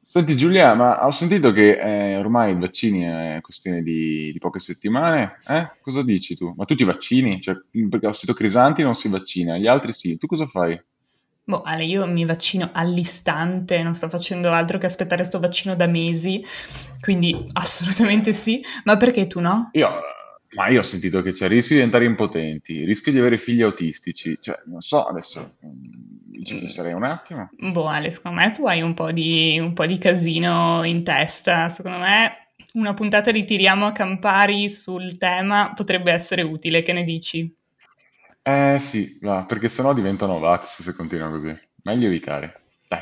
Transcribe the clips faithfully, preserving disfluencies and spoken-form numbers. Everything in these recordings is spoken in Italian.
Senti Giulia, ma ho sentito che eh, ormai i vaccini è questione di, di poche settimane, eh? Cosa dici tu? Ma tu ti vaccini? Cioè, perché ho sentito Crisanti non si vaccina, gli altri sì. Tu cosa fai? Boh, Ale, io mi vaccino all'istante, non sto facendo altro che aspettare sto vaccino da mesi, quindi assolutamente sì, ma perché tu no? Io, ma io ho sentito che c'è il rischio di diventare impotenti, il rischio di avere figli autistici, cioè, non so, adesso mm, ci penserei un attimo. Boh, Ale, secondo me tu hai un po' di, un po' di casino in testa, secondo me una puntata di Tiriamo a Campari sul tema potrebbe essere utile, che ne dici? Eh sì, va, perché sennò diventano Vax se continua così. Meglio evitare. Dai.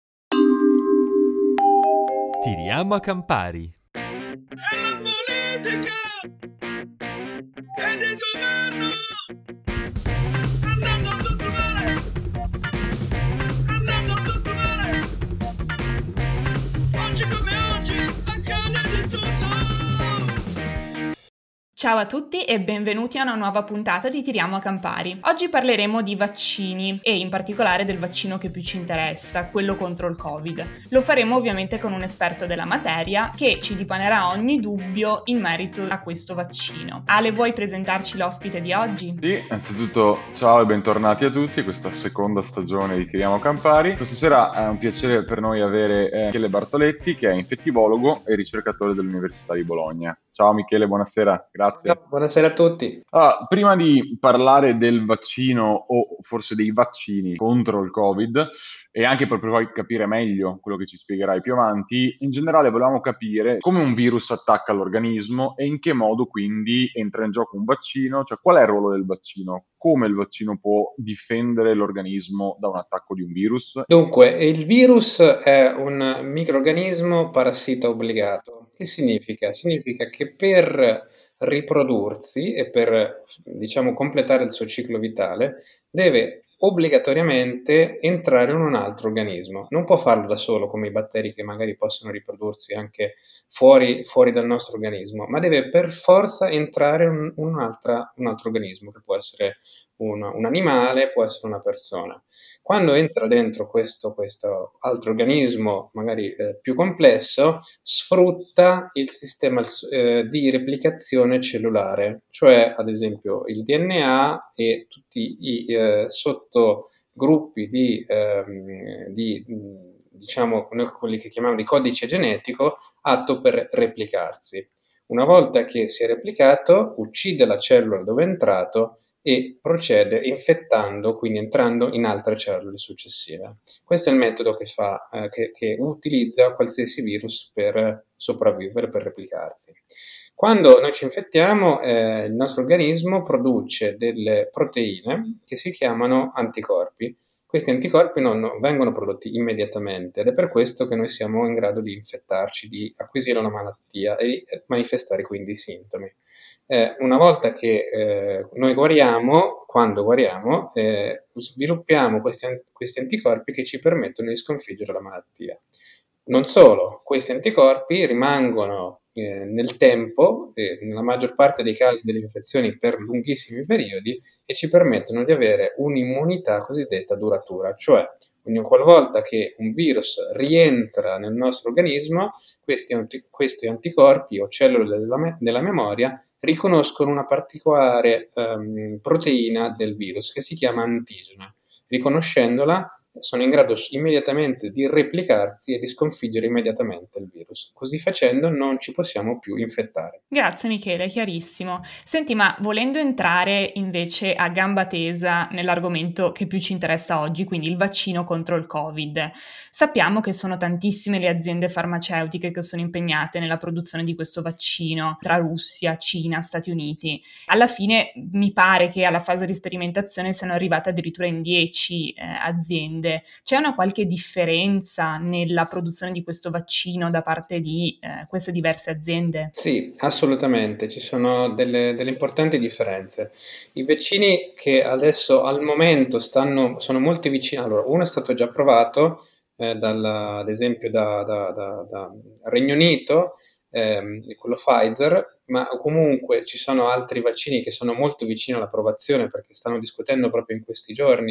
Tiriamo a Campari. E la politica ed il governo andando a tutto male, andando a tutto male. Oggi come oggi accade di tutto. Ciao a tutti e benvenuti a una nuova puntata di Tiriamo a Campari. Oggi parleremo di vaccini e in particolare del vaccino che più ci interessa, quello contro il Covid. Lo faremo ovviamente con un esperto della materia che ci dipanerà ogni dubbio in merito a questo vaccino. Ale, vuoi presentarci l'ospite di oggi? Sì, anzitutto ciao e bentornati a tutti a questa seconda stagione di Chiediamo Campari. Questa sera è un piacere per noi avere eh, Michele Bartoletti, che è infettivologo e ricercatore dell'Università di Bologna. Ciao Michele, buonasera, grazie. Ciao, buonasera a tutti. Ah, prima di parlare del vaccino o forse dei vaccini contro il Covid e anche per poi capire meglio quello che ci spiegherai più avanti, in generale volevamo capire come un virus attacca l'organismo e in che modo quindi entra in gioco un vaccino, cioè qual è il ruolo del vaccino, come il vaccino può difendere l'organismo da un attacco di un virus. Dunque, il virus è un microrganismo parassita obbligato. Che significa? Significa che per riprodursi e per, diciamo, completare il suo ciclo vitale, deve obbligatoriamente entrare in un altro organismo. Non può farlo da solo, come i batteri che magari possono riprodursi anche fuori, fuori dal nostro organismo, ma deve per forza entrare in un'altra- un altro organismo, che può essere un, un animale, può essere una persona. Quando entra dentro questo, questo altro organismo, magari eh, più complesso, sfrutta il sistema eh, di replicazione cellulare, cioè ad esempio il D N A e tutti i eh, sottogruppi di, ehm, di mh, diciamo, noi quelli che chiamiamo di codice genetico, atto per replicarsi. Una volta che si è replicato, uccide la cellula dove è entrato e procede infettando, quindi entrando in altre cellule successive. Questo è il metodo che, fa, eh, che, che utilizza qualsiasi virus per sopravvivere, per replicarsi. Quando noi ci infettiamo, eh, il nostro organismo produce delle proteine che si chiamano anticorpi. Questi anticorpi non, non vengono prodotti immediatamente ed è per questo che noi siamo in grado di infettarci, di acquisire una malattia e di manifestare quindi i sintomi. Eh, una volta che eh, noi guariamo, quando guariamo, eh, sviluppiamo questi, an- questi anticorpi che ci permettono di sconfiggere la malattia. Non solo, questi anticorpi rimangono eh, nel tempo, eh, nella maggior parte dei casi delle infezioni per lunghissimi periodi, e ci permettono di avere un'immunità cosiddetta duratura, cioè ogni qualvolta che un virus rientra nel nostro organismo, questi, anti- questi anticorpi o cellule della, me- della memoria riconoscono una particolare ehm, proteina del virus che si chiama antigena. Riconoscendola, sono in grado immediatamente di replicarsi e di sconfiggere immediatamente il virus. Così facendo non ci possiamo più infettare. Grazie Michele, chiarissimo. Senti, ma volendo entrare invece a gamba tesa nell'argomento che più ci interessa oggi, quindi il vaccino contro il Covid, sappiamo che sono tantissime le aziende farmaceutiche che sono impegnate nella produzione di questo vaccino, tra Russia, Cina, Stati Uniti. Alla fine mi pare che alla fase di sperimentazione siano arrivate addirittura in dieci eh, aziende. C'è una qualche differenza nella produzione di questo vaccino da parte di eh, queste diverse aziende? Sì, assolutamente, ci sono delle, delle importanti differenze. I vaccini che adesso al momento stanno, sono molto vicini, allora uno è stato già approvato, eh, dalla- ad esempio da, da- da- da Regno Unito, ehm, quello Pfizer, ma comunque ci sono altri vaccini che sono molto vicini all'approvazione perché stanno discutendo proprio in questi giorni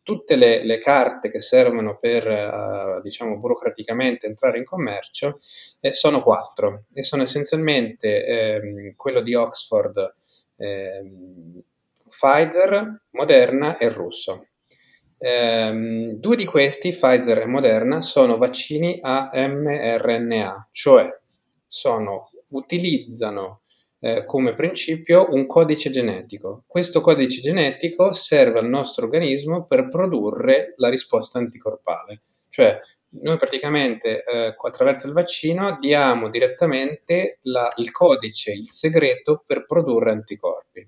tutte le, le carte che servono per, eh, diciamo, burocraticamente entrare in commercio eh, sono quattro e sono essenzialmente ehm, quello di Oxford, ehm, Pfizer, Moderna e russo. Ehm, due di questi, Pfizer e Moderna, sono vaccini a mRNA, cioè sono, utilizzano eh, come principio un codice genetico. Questo codice genetico serve al nostro organismo per produrre la risposta anticorpale, cioè noi praticamente eh, attraverso il vaccino diamo direttamente la- il codice, il segreto per produrre anticorpi.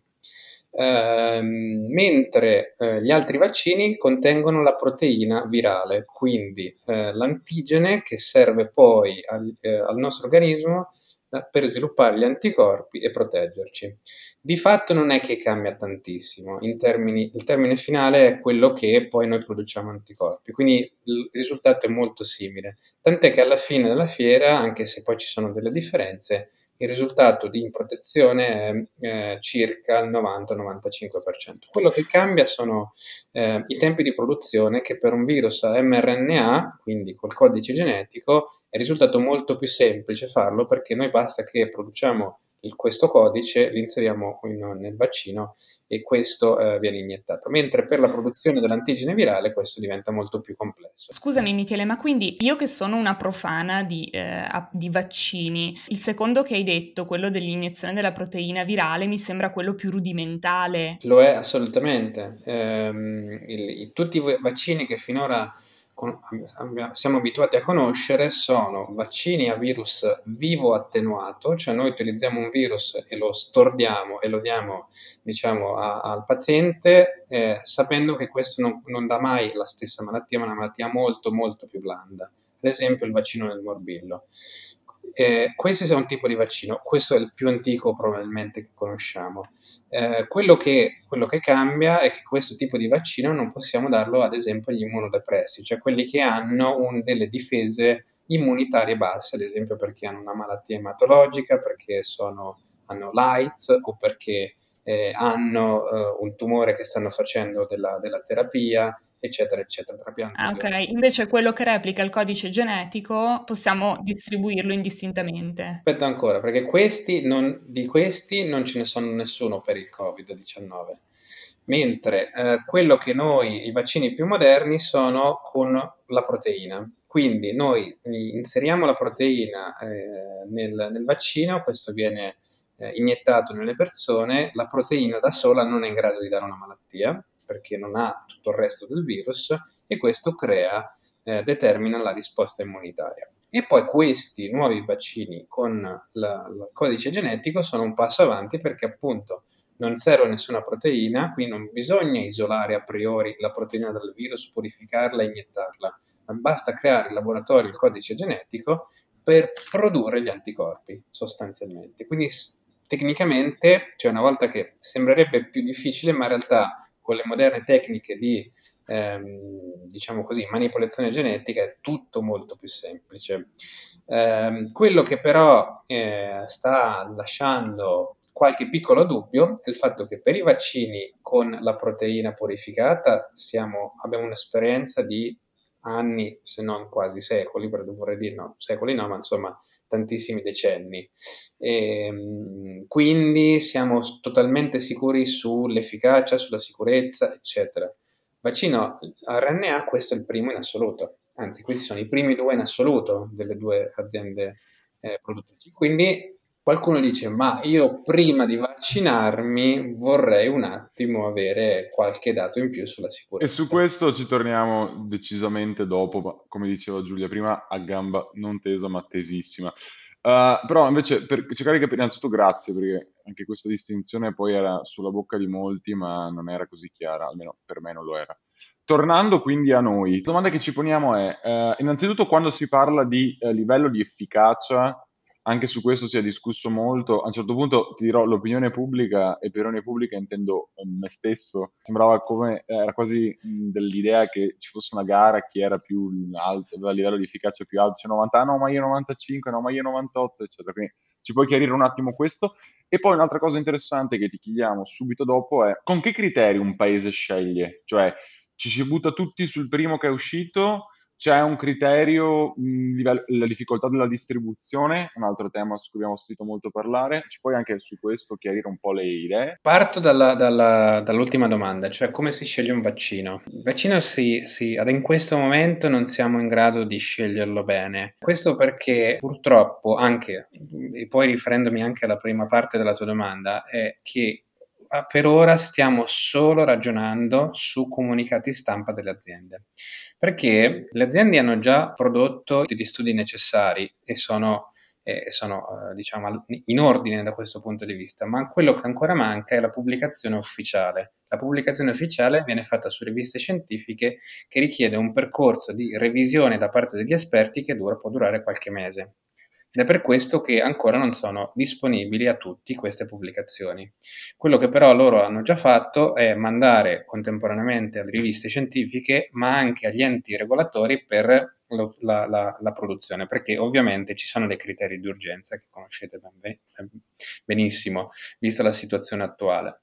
Ehm, mentre eh, gli altri vaccini contengono la proteina virale, quindi eh, l'antigene che serve poi al, eh, al nostro organismo eh, per sviluppare gli anticorpi e proteggerci. Di fatto non è che cambia tantissimo, in termini, il termine finale è quello che poi noi produciamo anticorpi, quindi il risultato è molto simile, tant'è che alla fine della fiera, anche se poi ci sono delle differenze, il risultato di protezione è eh, circa il novanta novantacinque per cento. Quello che cambia sono eh, i tempi di produzione che per un virus a mRNA, quindi col codice genetico, è risultato molto più semplice farlo perché noi basta che produciamo il- questo codice, l'inseriamo in- nel vaccino e questo eh, viene iniettato, mentre per la produzione dell'antigene virale questo diventa molto più complesso. Scusami Michele, ma quindi io che sono una profana di, eh, a- di vaccini, il secondo che hai detto, quello dell'iniezione della proteina virale, mi sembra quello più rudimentale. Lo è assolutamente. Ehm, il- i- tutti i vaccini che finora con- abbia- siamo abituati a conoscere sono vaccini a virus vivo attenuato, cioè noi utilizziamo un virus e lo stordiamo e lo diamo, diciamo, a- al paziente, eh, sapendo che questo non, non dà mai la stessa malattia, ma una malattia molto, molto più blanda. Ad esempio il vaccino del morbillo. Eh, questo è un tipo di vaccino, questo è il più antico probabilmente che conosciamo. Eh, quello che, quello che cambia è che questo tipo di vaccino non possiamo darlo ad esempio agli immunodepressi, cioè quelli che hanno un- delle difese immunitarie basse, ad esempio perché hanno una malattia ematologica, perché sono, hanno l'AIDS o perché eh, hanno eh, un tumore che stanno facendo della, della terapia, eccetera, eccetera, trapianto Ah, di ok. organi. Invece quello che replica il codice genetico possiamo distribuirlo indistintamente. Aspetta ancora, perché questi non- di questi non ce ne sono nessuno per il covid diciannove, mentre eh, quello che noi, i vaccini più moderni, sono con la proteina. Quindi noi inseriamo la proteina eh, nel, nel vaccino, questo viene eh, iniettato nelle persone, la proteina da sola non è in grado di dare una malattia, perché non ha tutto il resto del virus, e questo crea eh, determina la risposta immunitaria. E poi questi nuovi vaccini con il codice genetico sono un passo avanti perché appunto non serve nessuna proteina, quindi non bisogna isolare a priori la proteina dal virus, purificarla e iniettarla, ma basta creare in laboratorio il codice genetico per produrre gli anticorpi sostanzialmente. Quindi s- tecnicamente, cioè una volta che sembrerebbe più difficile, ma in realtà con le moderne tecniche di ehm, diciamo così, manipolazione genetica è tutto molto più semplice. Ehm, quello che però eh, sta lasciando qualche piccolo dubbio è il fatto che per i vaccini con la proteina purificata siamo, abbiamo un'esperienza di anni, se non quasi secoli, per vorrei dire no, secoli no, ma insomma tantissimi decenni. E, quindi siamo totalmente sicuri sull'efficacia, sulla sicurezza, eccetera. Vaccino a R N A, questo è il primo in assoluto, anzi, questi sono i primi due in assoluto delle due aziende eh, produttrici. Quindi qualcuno dice: Ma io prima di vaccinarmi vorrei un attimo avere qualche dato in più sulla E su sicurezza. questo ci torniamo decisamente dopo, ma come diceva Giulia prima, a gamba non tesa ma tesissima. Uh, però invece per cercare di capire, innanzitutto grazie perché anche questa distinzione poi era sulla bocca di molti ma non era così chiara, almeno per me non lo era. Tornando quindi a noi, la domanda che ci poniamo è, eh, innanzitutto quando si parla di eh, livello di efficacia, anche su questo si è discusso molto, a un certo punto ti dirò l'opinione pubblica, e per opinione pubblica intendo eh, me stesso, sembrava come, eh, era quasi mh, dell'idea che ci fosse una gara a chi era più alto, aveva il livello di efficacia più alto, cioè novanta, ah, no ma io novantacinque, no ma io novantotto, eccetera, quindi ci puoi chiarire un attimo questo? E poi un'altra cosa interessante che ti chiediamo subito dopo è con che criteri un paese sceglie? Cioè ci si butta tutti sul primo che è uscito. C'è un criterio, mh, livello- la difficoltà della distribuzione, un altro tema su cui abbiamo sentito molto parlare. Ci puoi anche su questo chiarire un po' le idee? Parto dalla, dalla- dall'ultima domanda, cioè come si sceglie un vaccino? Il vaccino si, si- ad in questo momento non siamo in grado di sceglierlo bene. Questo perché purtroppo anche, e poi riferendomi anche alla prima parte della tua domanda, è che ah, per ora stiamo solo ragionando su comunicati stampa delle aziende, perché le aziende hanno già prodotto gli studi necessari e sono e sono eh, diciamo al- in ordine da questo punto di vista, ma quello che ancora manca è la pubblicazione ufficiale. La pubblicazione ufficiale viene fatta su riviste scientifiche che richiede un percorso di revisione da parte degli esperti che dura, può durare qualche mese. Ed è per questo che ancora non sono disponibili a tutti queste pubblicazioni. Quello che però loro hanno già fatto è mandare contemporaneamente alle riviste scientifiche, ma anche agli enti regolatori per lo- la, la- la produzione, perché ovviamente ci sono dei criteri di urgenza che conoscete ben- ben- benissimo, vista la situazione attuale.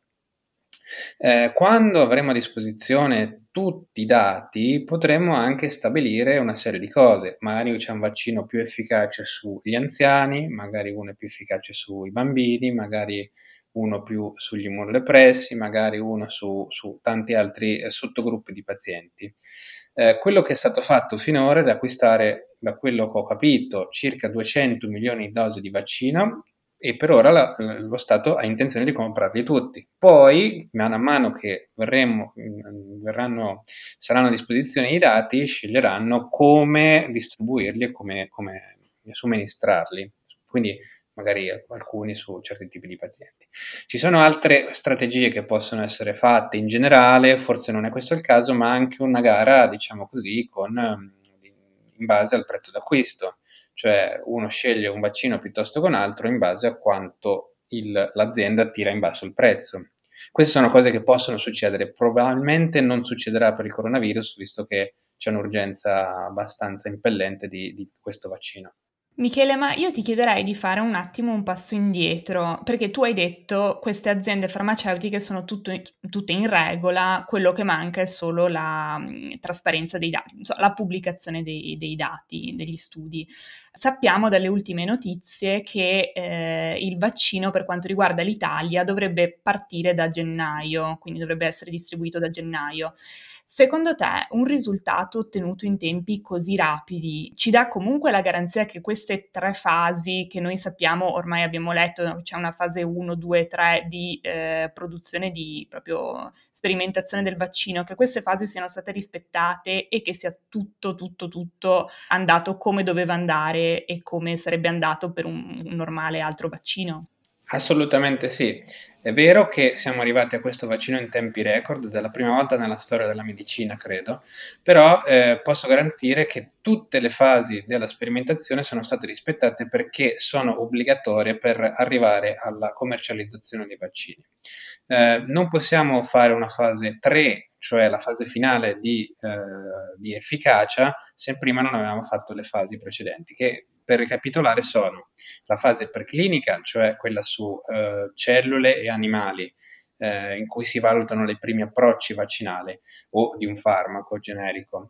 Eh, quando avremo a disposizione tutti i dati, potremo anche stabilire una serie di cose. Magari c'è un vaccino più efficace sugli anziani, magari uno è più efficace sui bambini, magari uno più sugli immunodepressi, magari uno su, su tanti altri eh, sottogruppi di pazienti. Eh, quello che è stato fatto finora è di acquistare, da quello che ho capito, circa duecento milioni di dosi di vaccino e per ora la- lo Stato ha intenzione di comprarli tutti. Poi, mano a mano che verremo, mh, verranno, saranno a disposizione i dati, sceglieranno come distribuirli e come, come somministrarli. Quindi magari alcuni su certi tipi di pazienti. Ci sono altre strategie che possono essere fatte in generale, forse non è questo il caso, ma anche una gara, diciamo così, con, ehm, in base al prezzo d'acquisto, cioè uno sceglie un vaccino piuttosto che un altro in base a quanto il- l'azienda tira in basso il prezzo. Queste sono cose che possono succedere, probabilmente non succederà per il coronavirus, visto che c'è un'urgenza abbastanza impellente di, di questo vaccino. Michele, ma io ti chiederei di fare un attimo un passo indietro, perché tu hai detto queste aziende farmaceutiche sono tutto- tutte in regola, quello che manca è solo la mh, trasparenza dei dati, insomma, la pubblicazione dei, dei dati, degli studi. Sappiamo dalle ultime notizie che eh, il vaccino per quanto riguarda l'Italia dovrebbe partire da gennaio, quindi dovrebbe essere distribuito da gennaio. Secondo te un risultato ottenuto in tempi così rapidi ci dà comunque la garanzia che queste tre fasi che noi sappiamo, ormai abbiamo letto, no, c'è una fase uno, due, tre di eh, produzione di proprio sperimentazione del vaccino, che queste fasi siano state rispettate e che sia tutto, tutto, tutto andato come doveva andare e come sarebbe andato per un, un normale altro vaccino? Assolutamente sì. È vero che siamo arrivati a questo vaccino in tempi record, è la prima volta nella storia della medicina, credo, però eh, posso garantire che tutte le fasi della sperimentazione sono state rispettate perché sono obbligatorie per arrivare alla commercializzazione dei vaccini. Eh, non possiamo fare una fase tre, cioè la fase finale di, eh, di efficacia, se prima non avevamo fatto le fasi precedenti, che per ricapitolare sono la fase preclinica, cioè quella su eh, cellule e animali, eh, in cui si valutano i primi approcci vaccinali o di un farmaco generico.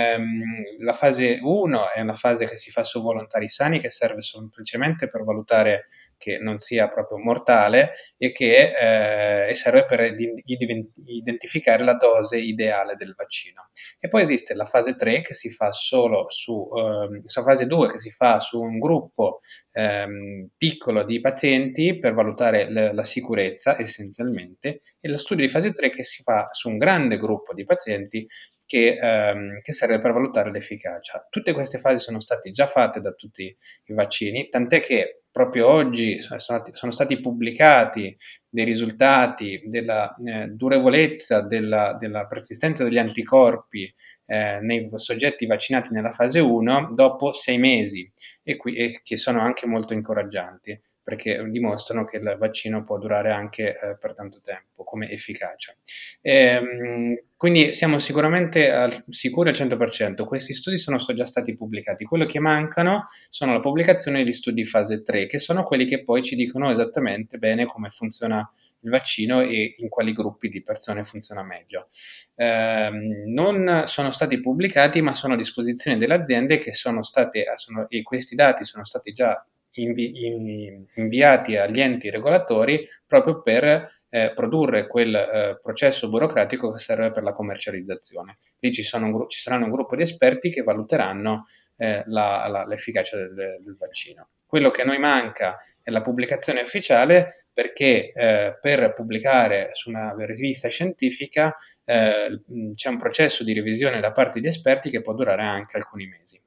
Ehm, la fase uno è una fase che si fa su volontari sani che serve semplicemente per valutare che non sia proprio mortale e che eh, e serve per identificare la dose ideale del vaccino. E poi esiste la fase tre che si fa solo su, ehm, la fase due che si fa su un gruppo ehm, piccolo di pazienti per valutare l- la sicurezza essenzialmente e lo studio di fase tre che si fa su un grande gruppo di pazienti che, ehm, che serve per valutare l'efficacia. Tutte queste fasi sono state già fatte da tutti i vaccini, tant'è che proprio oggi sono stati, sono stati pubblicati dei risultati della eh, durevolezza, della, della persistenza degli anticorpi eh, nei soggetti vaccinati nella fase uno dopo sei mesi e, qui, e che sono anche molto incoraggianti. perché dimostrano che il vaccino può durare anche eh, per tanto tempo come efficacia. Ehm, quindi siamo sicuramente al, sicuri al cento per cento. Questi studi sono so- già stati pubblicati. Quello che mancano sono la pubblicazione degli studi fase tre, che sono quelli che poi ci dicono esattamente bene come funziona il vaccino e in quali gruppi di persone funziona meglio. Ehm, non sono stati pubblicati, ma sono a disposizione delle aziende che sono state, sono, e questi dati sono stati già invi- in- inviati agli enti regolatori proprio per eh, produrre quel eh, processo burocratico che serve per la commercializzazione. Lì ci, sono un gru- ci saranno un gruppo di esperti che valuteranno eh, la- la- l'efficacia del, del vaccino. Quello che a noi manca è la pubblicazione ufficiale perché eh, per pubblicare su una rivista scientifica eh, c'è un processo di revisione da parte di esperti che può durare anche alcuni mesi.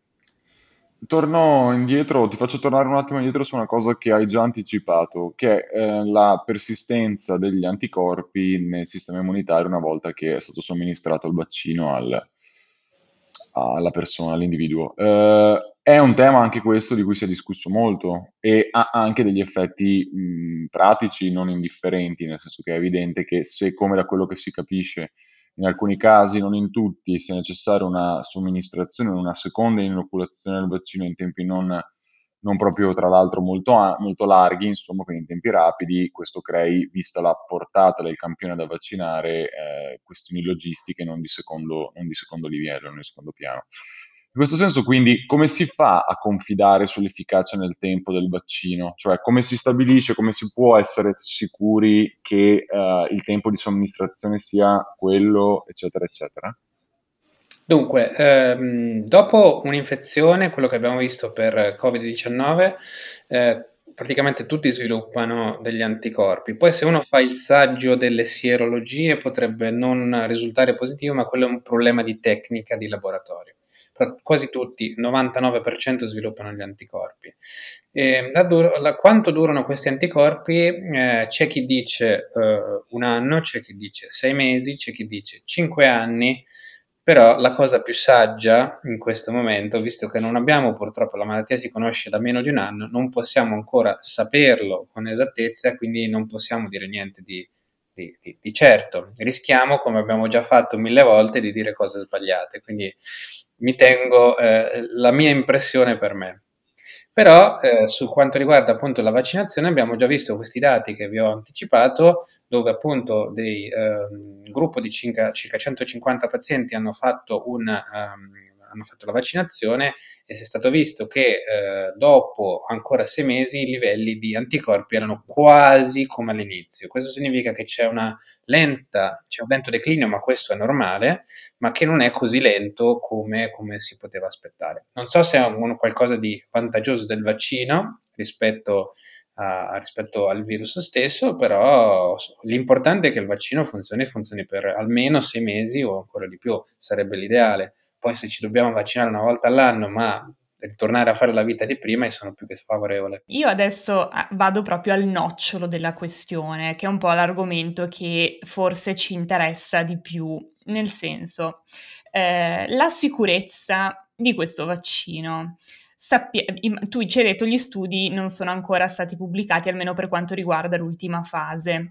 Torno indietro, ti faccio tornare un attimo indietro su una cosa che hai già anticipato, che è eh, la persistenza degli anticorpi nel sistema immunitario una volta che è stato somministrato il vaccino al- alla persona, all'individuo. Eh, è un tema anche questo di cui si è discusso molto e ha anche degli effetti mh, pratici non indifferenti, nel senso che è evidente che se, come da quello che si capisce, in alcuni casi, non in tutti, sia necessaria una somministrazione, una seconda inoculazione del vaccino in tempi non, non proprio, tra l'altro, molto, a- molto larghi, insomma, quindi in tempi rapidi, questo crei, vista la portata del campione da vaccinare, eh, questioni logistiche non di secondo, non di secondo livello, non di secondo piano. In questo senso, quindi, come si fa a confidare sull'efficacia nel tempo del vaccino? Cioè, come si stabilisce, come si può essere sicuri che eh, il tempo di somministrazione sia quello, eccetera, eccetera? Dunque, ehm, dopo un'infezione, quello che abbiamo visto per covid diciannove, eh, praticamente tutti sviluppano degli anticorpi. Poi se uno fa il saggio delle sierologie potrebbe non risultare positivo, ma quello è un problema di tecnica di laboratorio. Però quasi tutti, novantanove per cento, sviluppano gli anticorpi. E la dur- la- quanto durano questi anticorpi? Eh, c'è chi dice eh, un anno, c'è chi dice sei mesi, c'è chi dice cinque anni. Però la cosa più saggia in questo momento, visto che non abbiamo purtroppo la malattia si conosce da meno di un anno, non possiamo ancora saperlo con esattezza, quindi non possiamo dire niente di, di, di, di certo. Rischiamo, come abbiamo già fatto mille volte, di dire cose sbagliate. Quindi mi tengo eh, la mia impressione per me. Però eh, su quanto riguarda appunto la vaccinazione abbiamo già visto questi dati che vi ho anticipato, dove appunto dei, ehm, un gruppo di circa, circa centocinquanta pazienti hanno fatto, un, ehm, hanno fatto la vaccinazione e si è stato visto che eh, dopo ancora sei mesi i livelli di anticorpi erano quasi come all'inizio. Questo significa che c'è una lenta, c'è un lento declino, ma questo è normale, ma che non è così lento come, come si poteva aspettare. Non so se è un, qualcosa di vantaggioso del vaccino rispetto, a, rispetto al virus stesso, però l'importante è che il vaccino funzioni e funzioni per almeno sei mesi o ancora di più, sarebbe l'ideale. Poi se ci dobbiamo vaccinare una volta all'anno, ma ritornare a fare la vita di prima, io sono più che favorevole. Io adesso ah, vado proprio al nocciolo della questione, che è un po' l'argomento che forse ci interessa di più, nel senso, eh, la sicurezza di questo vaccino. Sappia- im- tu ci hai detto gli studi non sono ancora stati pubblicati, almeno per quanto riguarda l'ultima fase.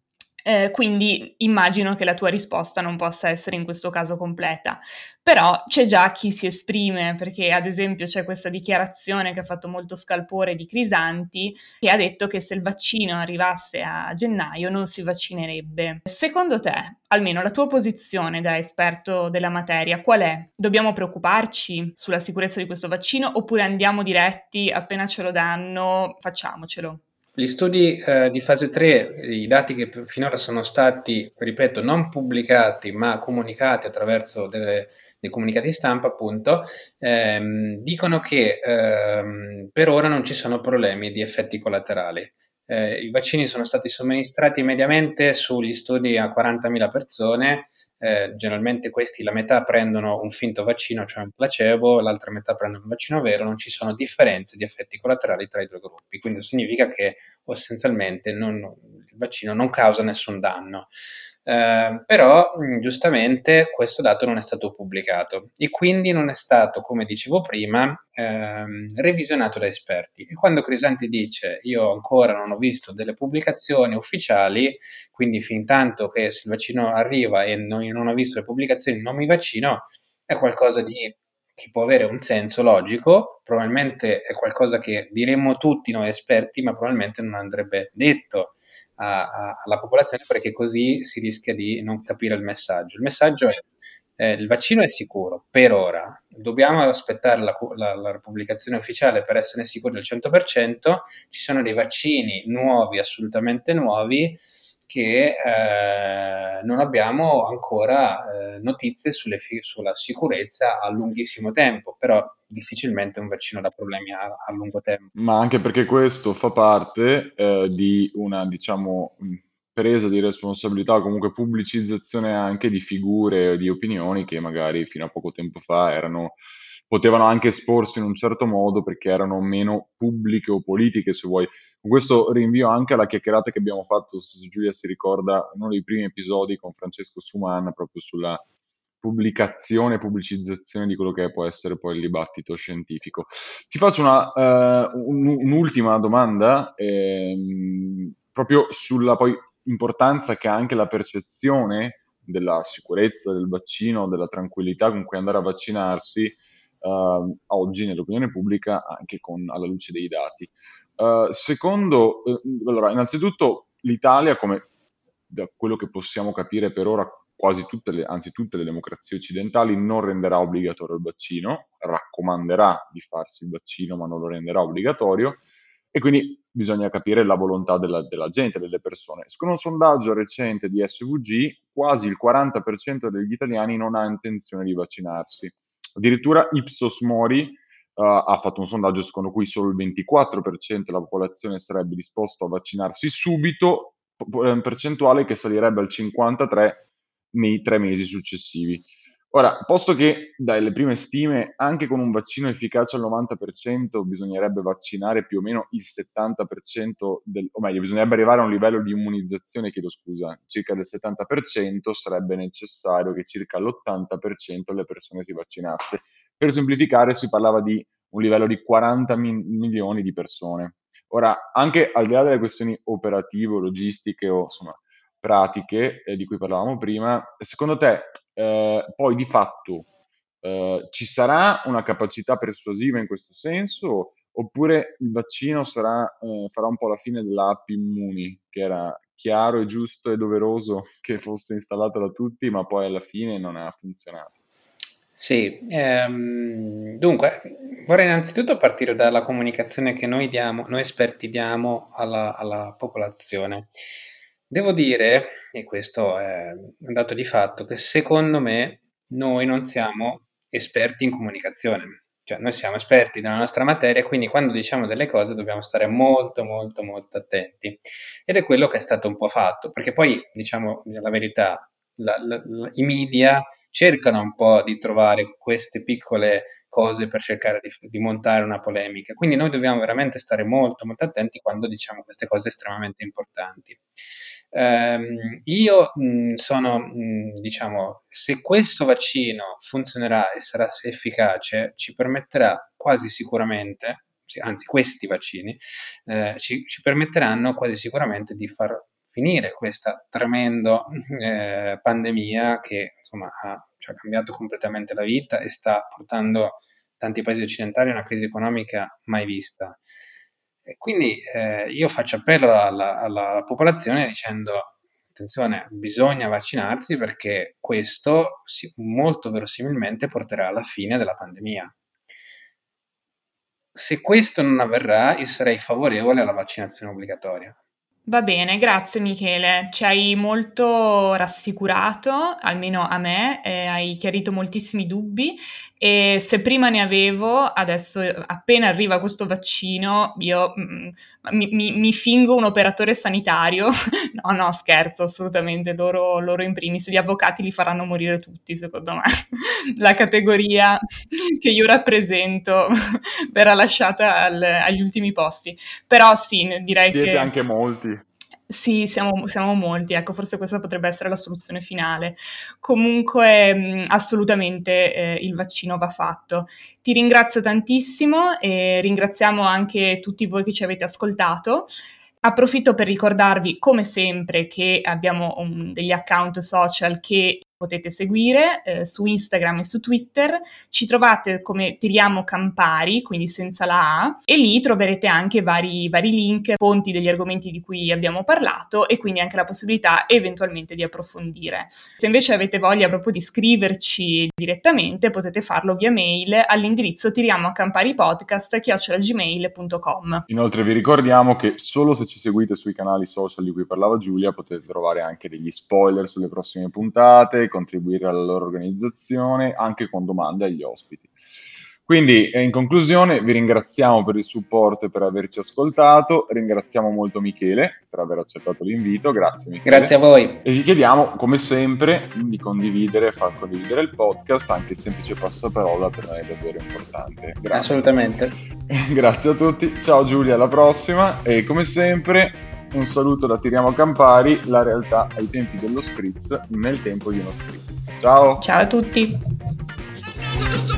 Eh, quindi immagino che la tua risposta non possa essere in questo caso completa, però c'è già chi si esprime, perché ad esempio c'è questa dichiarazione che ha fatto molto scalpore di Crisanti, che ha detto che se il vaccino arrivasse a gennaio non si vaccinerebbe. Secondo te, almeno la tua posizione da esperto della materia, qual è? Dobbiamo preoccuparci sulla sicurezza di questo vaccino oppure andiamo diretti, appena ce lo danno, facciamocelo? Gli studi eh, di fase tre, i dati che p- finora sono stati, ripeto, non pubblicati ma comunicati attraverso delle- dei comunicati stampa, appunto, ehm, dicono che ehm, per ora non ci sono problemi di effetti collaterali. Eh, I vaccini sono stati somministrati mediamente sugli studi a quarantamila persone, eh, generalmente questi la metà prendono un finto vaccino, cioè un placebo, l'altra metà prendono un vaccino vero, non ci sono differenze di effetti collaterali tra i due gruppi, quindi significa che o essenzialmente non- il vaccino non causa nessun danno. Eh, però mh, giustamente questo dato non è stato pubblicato e quindi non è stato, come dicevo prima, ehm, revisionato da esperti. E quando Crisanti dice io ancora non ho visto delle pubblicazioni ufficiali, quindi fin tanto che se il vaccino arriva e non, non ho visto le pubblicazioni non mi vaccino, è qualcosa di, che può avere un senso logico, probabilmente è qualcosa che diremmo tutti noi esperti, ma probabilmente non andrebbe detto a- a- alla popolazione perché così si rischia di non capire il messaggio. Il messaggio è eh, il vaccino è sicuro per ora, dobbiamo aspettare la, la- la pubblicazione ufficiale per essere sicuri al cento per cento, ci sono dei vaccini nuovi, assolutamente nuovi, che eh, non abbiamo ancora eh, notizie sulle fi- sulla sicurezza a lunghissimo tempo, però difficilmente un vaccino dà problemi a, a lungo tempo. Ma anche perché questo fa parte eh, di una, diciamo, mh, presa di responsabilità o comunque pubblicizzazione anche di figure, di opinioni che magari fino a poco tempo fa erano, potevano anche esporsi in un certo modo perché erano meno pubbliche o politiche, se vuoi. Con questo rinvio anche alla chiacchierata che abbiamo fatto, se Giulia si ricorda, uno dei primi episodi con Francesco Suman, proprio sulla pubblicazione e pubblicizzazione di quello che può essere poi il dibattito scientifico. Ti faccio una, eh, un- un'ultima domanda, ehm, proprio sulla poi importanza che ha anche la percezione della sicurezza del vaccino, della tranquillità con cui andare a vaccinarsi, ehm, oggi nell'opinione pubblica, anche con, alla luce dei dati. Eh, secondo, eh, allora, innanzitutto l'Italia, come da quello che possiamo capire per ora, quasi tutte le, anzi tutte le democrazie occidentali, non renderà obbligatorio il vaccino, raccomanderà di farsi il vaccino, ma non lo renderà obbligatorio, e quindi bisogna capire la volontà della, della gente, delle persone. Secondo un sondaggio recente di S V G, quasi il quaranta per cento degli italiani non ha intenzione di vaccinarsi. Addirittura Ipsos Mori Uh, ha fatto un sondaggio secondo cui solo il ventiquattro per cento della popolazione sarebbe disposto a vaccinarsi subito, p- percentuale che salirebbe al cinquantatré per cento nei tre mesi successivi. Ora, posto che dalle prime stime, anche con un vaccino efficace al novanta per cento, bisognerebbe vaccinare più o meno il settanta per cento del, o meglio, bisognerebbe arrivare a un livello di immunizzazione, chiedo scusa, circa del settanta per cento, sarebbe necessario che circa l'ottanta per cento delle persone si vaccinasse. Per semplificare, si parlava di un livello di quaranta mi- milioni di persone. Ora, anche al di là delle questioni operative, logistiche o insomma pratiche eh, di cui parlavamo prima, secondo te eh, poi di fatto eh, ci sarà una capacità persuasiva in questo senso oppure il vaccino sarà, eh, farà un po' la fine della app Immuni, che era chiaro e giusto e doveroso che fosse installata da tutti, ma poi alla fine non ha funzionato? Sì, ehm, dunque vorrei innanzitutto partire dalla comunicazione che noi diamo, noi esperti diamo alla, alla popolazione. Devo dire, e questo è un dato di fatto, che secondo me noi non siamo esperti in comunicazione, cioè noi siamo esperti della nostra materia, quindi quando diciamo delle cose dobbiamo stare molto, molto, molto attenti. Ed è quello che è stato un po' fatto, perché poi, diciamo la verità, la- la- la- i media cercano un po' di trovare queste piccole cose per cercare di, di montare una polemica. Quindi noi dobbiamo veramente stare molto, molto attenti quando diciamo queste cose estremamente importanti. Ehm, io mh, sono, mh, diciamo, se questo vaccino funzionerà e sarà efficace, ci permetterà quasi sicuramente, sì, anzi questi vaccini, eh, ci, ci permetteranno quasi sicuramente di far finire questa tremenda eh, pandemia che insomma ha, ci ha cambiato completamente la vita e sta portando tanti paesi occidentali a una crisi economica mai vista. E quindi eh, io faccio appello alla, alla popolazione dicendo attenzione, bisogna vaccinarsi perché questo si- molto verosimilmente porterà alla fine della pandemia. Se questo non avverrà, io sarei favorevole alla vaccinazione obbligatoria. Va bene, grazie Michele, ci hai molto rassicurato, almeno a me, eh, hai chiarito moltissimi dubbi e se prima ne avevo, adesso eh, appena arriva questo vaccino io mm, mi, mi- mi fingo un operatore sanitario. No, no, scherzo, assolutamente, loro, loro in primis, gli avvocati li faranno morire tutti, secondo me. La categoria che io rappresento verrà lasciata al- agli ultimi posti. Però sì, direi Siete che anche molti. Sì, siamo, siamo molti, ecco, forse questa potrebbe essere la soluzione finale. Comunque, mh, assolutamente eh, il vaccino va fatto. Ti ringrazio tantissimo e ringraziamo anche tutti voi che ci avete ascoltato. Approfitto per ricordarvi, come sempre, che abbiamo un- degli account social che potete seguire eh, su Instagram e su Twitter. Ci trovate come Tiriamo Campari, quindi senza la A, e lì troverete anche vari, vari link, fonti degli argomenti di cui abbiamo parlato e quindi anche la possibilità eventualmente di approfondire. Se invece avete voglia proprio di scriverci direttamente, potete farlo via mail all'indirizzo tiriamoacamparipodcast chiocciola gmail punto com. Inoltre vi ricordiamo che solo se ci seguite sui canali social di cui parlava Giulia potete trovare anche degli spoiler sulle prossime puntate, contribuire alla loro organizzazione, anche con domande agli ospiti. Quindi, eh, in conclusione, vi ringraziamo per il supporto e per averci ascoltato, ringraziamo molto Michele per aver accettato l'invito, grazie Michele. Grazie a voi. E vi chiediamo, come sempre, di condividere, far condividere il podcast, anche il semplice passaparola per noi è davvero importante. Grazie. Assolutamente. Grazie a tutti, ciao Giulia, alla prossima e come sempre un saluto da Tiriamo Campari, la realtà ai tempi dello spritz, nel tempo di uno spritz. Ciao! Ciao a tutti! Tutto